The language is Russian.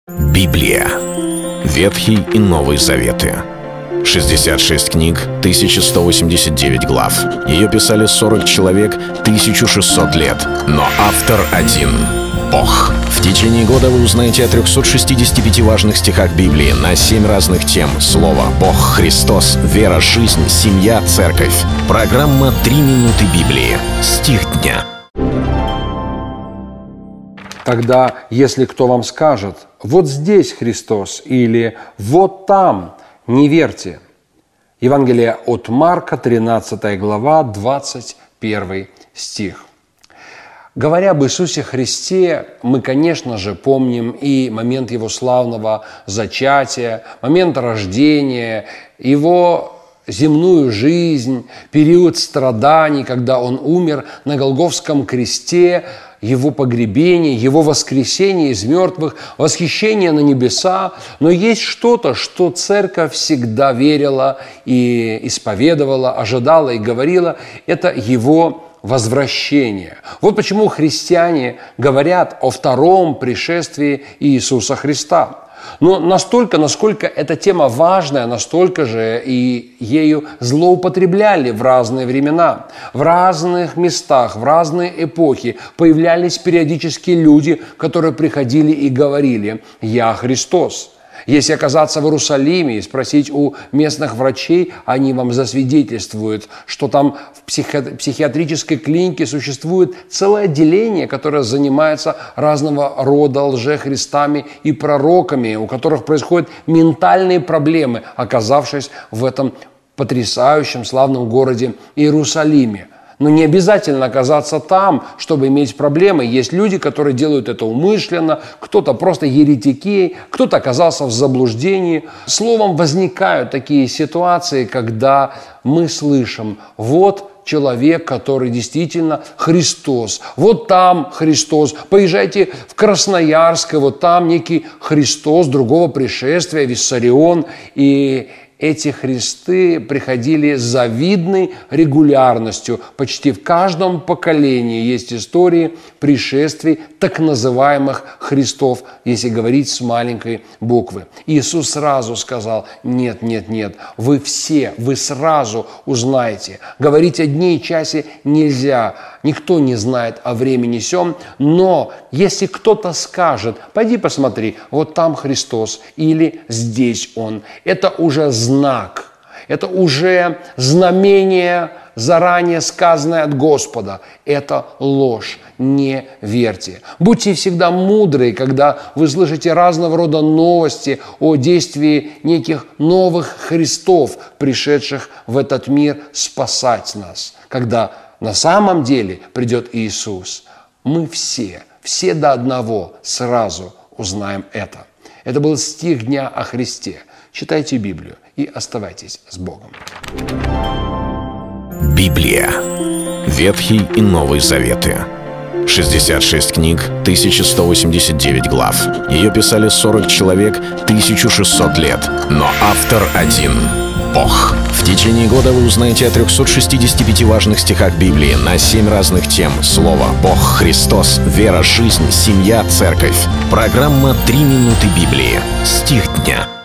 Библия. Ветхий и Новый Заветы. 66 книг, 1189 глав. Ее писали 40 человек, 1600 лет. Но автор один — Бог. В течение года вы узнаете о 365 важных стихах Библии на 7 разных тем. Слово, Бог, Христос, вера, жизнь, семья, церковь. Программа «3 минуты Библии». Стих дня. Тогда, если кто вам скажет: «Вот здесь Христос» или «Вот там», не верьте. Евангелие от Марка, 13 глава, 21 стих. Говоря об Иисусе Христе, мы, конечно же, помним и момент Его славного зачатия, момент рождения, Его земную жизнь, период страданий, когда Он умер на Голгофском кресте, Его погребение, Его воскресение из мертвых, восхищение на небеса. Но есть что-то, что Церковь всегда верила и исповедовала, ожидала и говорила. Это Его возвращение. Вот почему христиане говорят о втором пришествии Иисуса Христа. Но настолько, насколько эта тема важная, настолько же и ею злоупотребляли в разные времена. В разных местах, в разные эпохи появлялись периодически люди, которые приходили и говорили: «Я Христос». Если оказаться в Иерусалиме и спросить у местных врачей, они вам засвидетельствуют, что там в психиатрической клинике существует целое отделение, которое занимается разного рода лжехристами и пророками, у которых происходят ментальные проблемы, оказавшись в этом потрясающем славном городе Иерусалиме. Но не обязательно оказаться там, чтобы иметь проблемы. Есть люди, которые делают это умышленно, кто-то просто еретики, кто-то оказался в заблуждении. Словом, возникают такие ситуации, когда мы слышим: вот человек, который действительно Христос, вот там Христос, поезжайте в Красноярск, и вот там некий Христос другого пришествия, Виссарион. И эти Христы приходили с завидной регулярностью. Почти в каждом поколении есть истории пришествий так называемых Христов, если говорить с маленькой буквы. Иисус сразу сказал: нет, вы сразу узнаете. Говорить о дне и часе нельзя. Никто не знает о времени сём, но если кто-то скажет: пойди посмотри, вот там Христос или здесь Он, это уже знак, это уже знамение, заранее сказанное от Господа. Это ложь. Не верьте. Будьте всегда мудры, когда вы слышите разного рода новости о действии неких новых Христов, пришедших в этот мир спасать нас. Когда на самом деле придет Иисус, мы все до одного сразу узнаем это. Это был стих дня о Христе. Читайте Библию и оставайтесь с Богом. Библия. Ветхий и Новый Заветы. 66 книг, 1189 глав. Ее писали 40 человек, 1600 лет. Но автор один — Бог. В течение года вы узнаете о 365 важных стихах Библии на 7 разных тем. Слово, Бог, Христос, вера, жизнь, семья, церковь. Программа «3 минуты Библии». Стих дня.